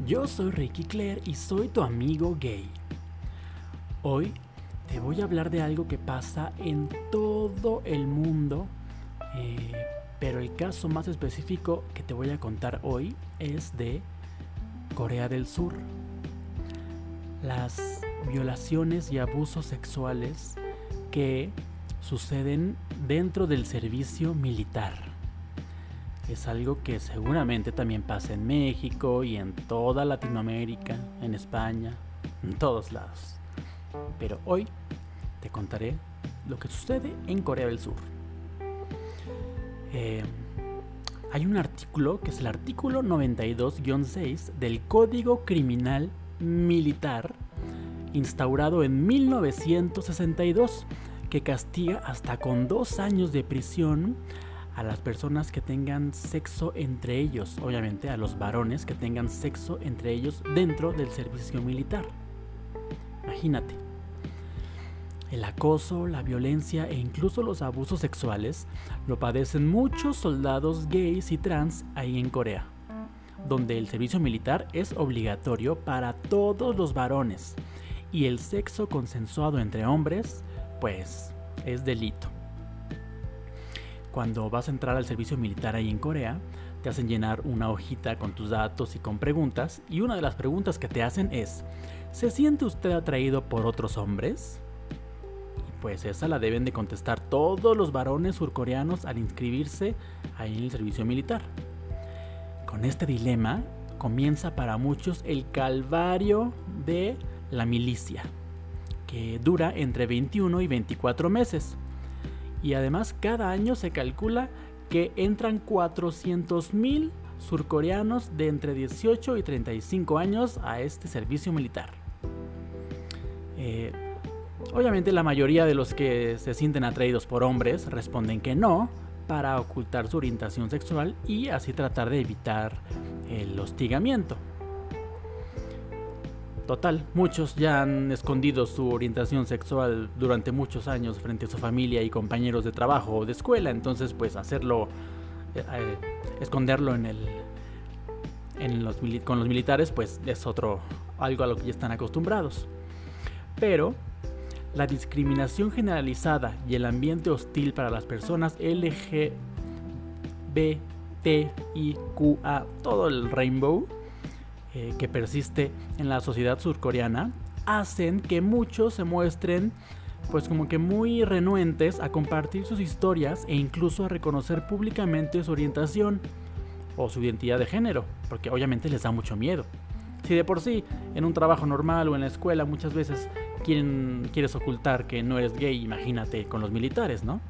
Yo soy Ricky Claire y soy tu amigo gay. Hoy te voy a hablar de algo que pasa en todo el mundo, pero el caso más específico que te voy a contar hoy es de Corea del Sur. Las violaciones y abusos sexuales que suceden dentro del servicio militar. Es algo que seguramente también pasa en México y en toda Latinoamérica, en España, en todos lados. Pero hoy te contaré lo que sucede en Corea del Sur. Hay un artículo que es el artículo 92-6 del Código Criminal Militar, instaurado en 1962, que castiga hasta con 2 años de prisión a las personas que tengan sexo entre ellos, obviamente a los varones que tengan sexo entre ellos dentro del servicio militar. Imagínate. El acoso, la violencia e incluso los abusos sexuales lo padecen muchos soldados gays y trans ahí en Corea, donde el servicio militar es obligatorio para todos los varones y el sexo consensuado entre hombres, pues, es delito. Cuando vas a entrar al servicio militar ahí en Corea, te hacen llenar una hojita con tus datos y con preguntas, y una de las preguntas que te hacen es: ¿se siente usted atraído por otros hombres? Y pues esa la deben de contestar todos los varones surcoreanos al inscribirse ahí en el servicio militar. Con este dilema comienza para muchos el calvario de la milicia, que dura entre 21 y 24 meses. Y además cada año se calcula que entran 400,000 surcoreanos de entre 18 y 35 años a este servicio militar. Obviamente la mayoría de los que se sienten atraídos por hombres responden que no, para ocultar su orientación sexual y así tratar de evitar el hostigamiento. Total, muchos ya han escondido su orientación sexual durante muchos años frente a su familia y compañeros de trabajo o de escuela, entonces pues hacerlo, esconderlo con los militares pues es algo a lo que ya están acostumbrados. Pero la discriminación generalizada y el ambiente hostil para las personas LGBTIQA, todo el rainbow, que persiste en la sociedad surcoreana, hacen que muchos se muestren pues como que muy renuentes a compartir sus historias e incluso a reconocer públicamente su orientación o su identidad de género, porque obviamente les da mucho miedo. Si de por sí en un trabajo normal o en la escuela muchas veces quieres ocultar que no eres gay, imagínate con los militares, ¿no?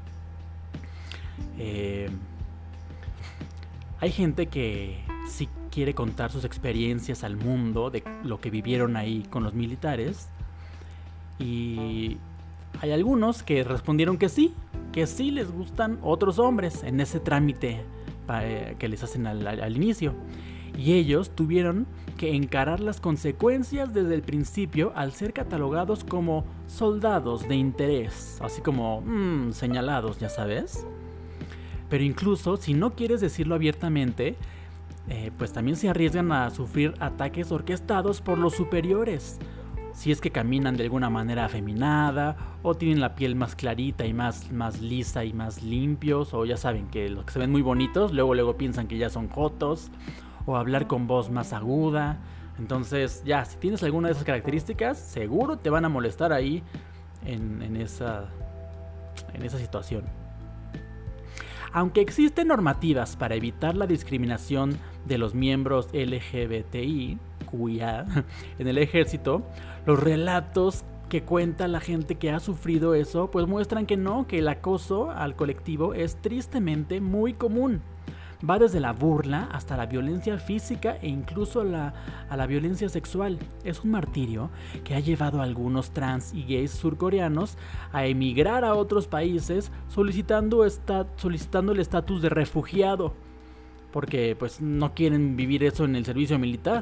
Hay gente que sí quiere contar sus experiencias al mundo de lo que vivieron ahí con los militares, y hay algunos que respondieron que sí les gustan otros hombres en ese trámite que les hacen al inicio, y ellos tuvieron que encarar las consecuencias desde el principio al ser catalogados como soldados de interés, así como señalados, ya sabes. Pero incluso si no quieres decirlo abiertamente, pues también se arriesgan a sufrir ataques orquestados por los superiores. Si es que caminan de alguna manera afeminada, o tienen la piel más clarita y más lisa y más limpios, o ya saben que los que se ven muy bonitos, luego piensan que ya son jotos, o hablar con voz más aguda. Entonces ya, si tienes alguna de esas características, seguro te van a molestar ahí en esa situación. Aunque existen normativas para evitar la discriminación de los miembros LGBTIQIA en el ejército, los relatos que cuenta la gente que ha sufrido eso pues muestran que no, que el acoso al colectivo es tristemente muy común. Va desde la burla hasta la violencia física e incluso a la violencia sexual. Es un martirio que ha llevado a algunos trans y gays surcoreanos a emigrar a otros países solicitando el estatus de refugiado, porque pues no quieren vivir eso en el servicio militar.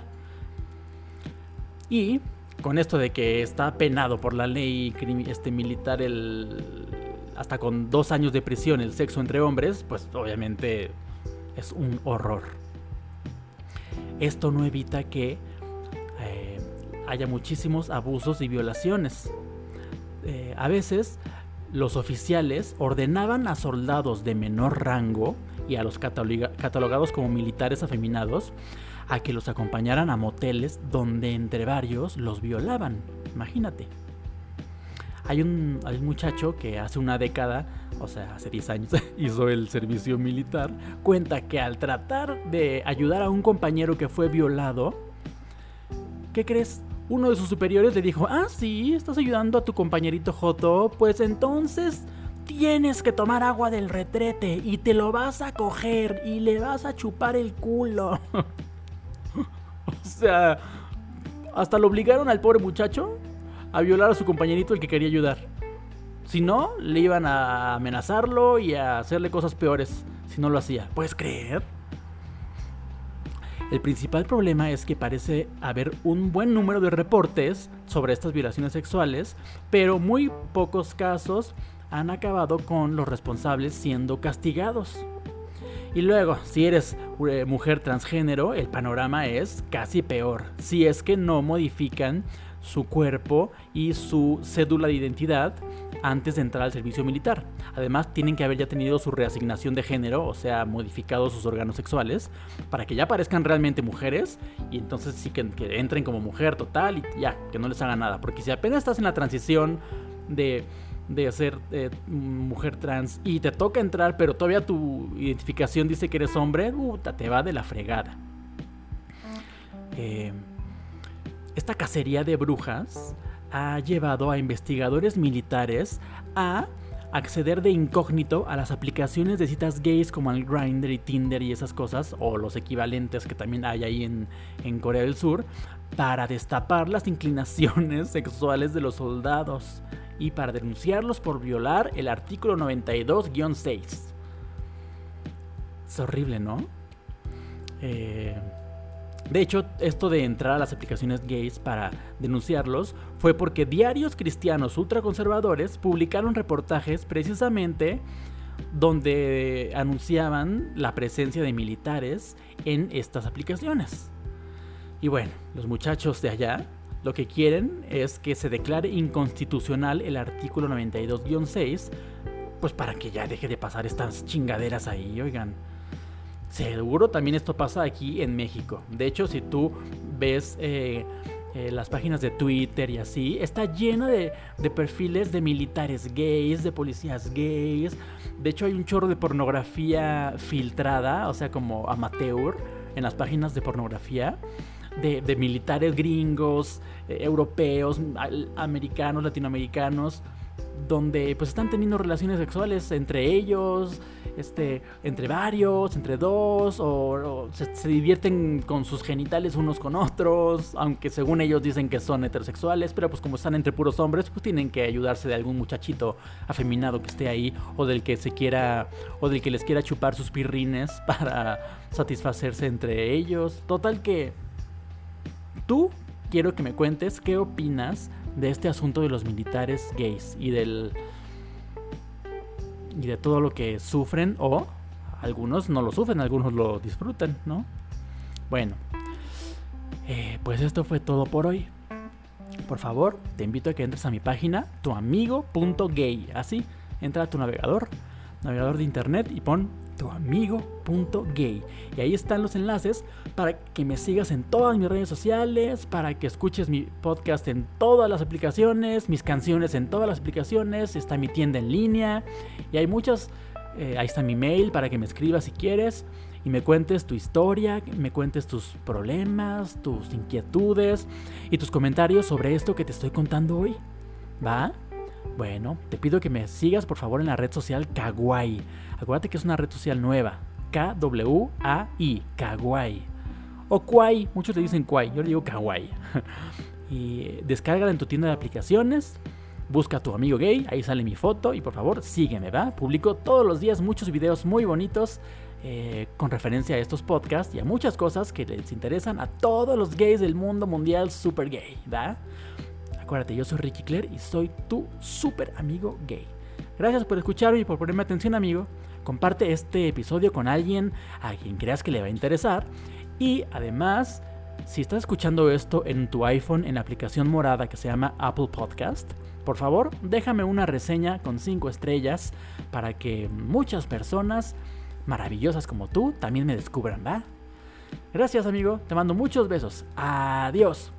Y con esto de que está penado por la ley militar hasta con 2 años de prisión el sexo entre hombres, pues obviamente es un horror. Esto no evita que haya muchísimos abusos y violaciones. A veces los oficiales ordenaban a soldados de menor rango y a los catalogados como militares afeminados a que los acompañaran a moteles donde entre varios los violaban. Imagínate. Hay un muchacho que hace una década, o sea, hace 10 años, hizo el servicio militar. Cuenta que al tratar de ayudar a un compañero que fue violado, ¿qué crees? Uno de sus superiores le dijo: ah, sí, estás ayudando a tu compañerito Joto, pues entonces tienes que tomar agua del retrete y te lo vas a coger y le vas a chupar el culo. O sea, hasta lo obligaron al pobre muchacho a violar a su compañerito, el que quería ayudar. Si no, le iban a amenazarlo y a hacerle cosas peores si no lo hacía. ¿Puedes creer? El principal problema es que parece haber un buen número de reportes sobre estas violaciones sexuales, pero muy pocos casos han acabado con los responsables siendo castigados. Y luego, si eres mujer transgénero, el panorama es casi peor, si es que no modifican su cuerpo y su cédula de identidad antes de entrar al servicio militar. Además, tienen que haber ya tenido su reasignación de género, o sea, modificado sus órganos sexuales, para que ya parezcan realmente mujeres y entonces sí que entren como mujer total y ya, que no les haga nada. Porque si apenas estás en la transición de ser mujer trans y te toca entrar, pero todavía tu identificación dice que eres hombre, te va de la fregada. Esta cacería de brujas ha llevado a investigadores militares a acceder de incógnito a las aplicaciones de citas gays como el Grindr y Tinder y esas cosas, o los equivalentes que también hay ahí en Corea del Sur, para destapar las inclinaciones sexuales de los soldados y para denunciarlos por violar el artículo 92-6. Es horrible, ¿no? De hecho, esto de entrar a las aplicaciones gays para denunciarlos fue porque diarios cristianos ultraconservadores publicaron reportajes precisamente donde anunciaban la presencia de militares en estas aplicaciones. Y bueno, los muchachos de allá lo que quieren es que se declare inconstitucional el artículo 92-6, pues para que ya deje de pasar estas chingaderas ahí, oigan. Seguro también esto pasa aquí en México. De hecho, si tú ves las páginas de Twitter y así, está llena de perfiles de militares gays, de policías gays. De hecho, hay un chorro de pornografía filtrada, o sea, como amateur, en las páginas de pornografía de militares gringos, europeos, americanos, latinoamericanos, donde pues están teniendo relaciones sexuales entre ellos, entre varios, entre dos, o se divierten con sus genitales unos con otros, aunque según ellos dicen que son heterosexuales, pero pues como están entre puros hombres, pues tienen que ayudarse de algún muchachito afeminado que esté ahí, o del que les quiera chupar sus pirrines para satisfacerse entre ellos. Total que tú quiero que me cuentes qué opinas de este asunto de los militares gays y de todo lo que sufren, o algunos no lo sufren, algunos lo disfrutan, ¿no? Bueno, pues esto fue todo por hoy. Por favor, te invito a que entres a mi página tuamigo.gay. Así, entra a tu navegador de internet y pon tuamigo.gay. Y ahí están los enlaces para que me sigas en todas mis redes sociales, para que escuches mi podcast en todas las aplicaciones, mis canciones en todas las aplicaciones, está mi tienda en línea y hay muchas, ahí está mi mail para que me escribas si quieres y me cuentes tu historia, me cuentes tus problemas, tus inquietudes y tus comentarios sobre esto que te estoy contando hoy. ¿Va? Bueno, te pido que me sigas por favor en la red social Kawaii. Acuérdate que es una red social nueva. Kwai, Kawaii. O Kwai, muchos le dicen Kwai, yo le digo Kawaii. Y descárgala en tu tienda de aplicaciones. Busca a tu amigo gay, ahí sale mi foto y por favor sígueme, ¿va? Publico todos los días muchos videos muy bonitos con referencia a estos podcasts y a muchas cosas que les interesan a todos los gays del mundo mundial super gay, ¿va? Acuérdate, yo soy Ricky Claire y soy tu super amigo gay. Gracias por escucharme y por ponerme atención, amigo. Comparte este episodio con alguien a quien creas que le va a interesar. Y además, Si estás escuchando esto en tu iPhone en la aplicación morada que se llama Apple Podcast, por favor, déjame una reseña con 5 estrellas para que muchas personas maravillosas como tú también me descubran, ¿va? Gracias, amigo. Te mando muchos besos. Adiós.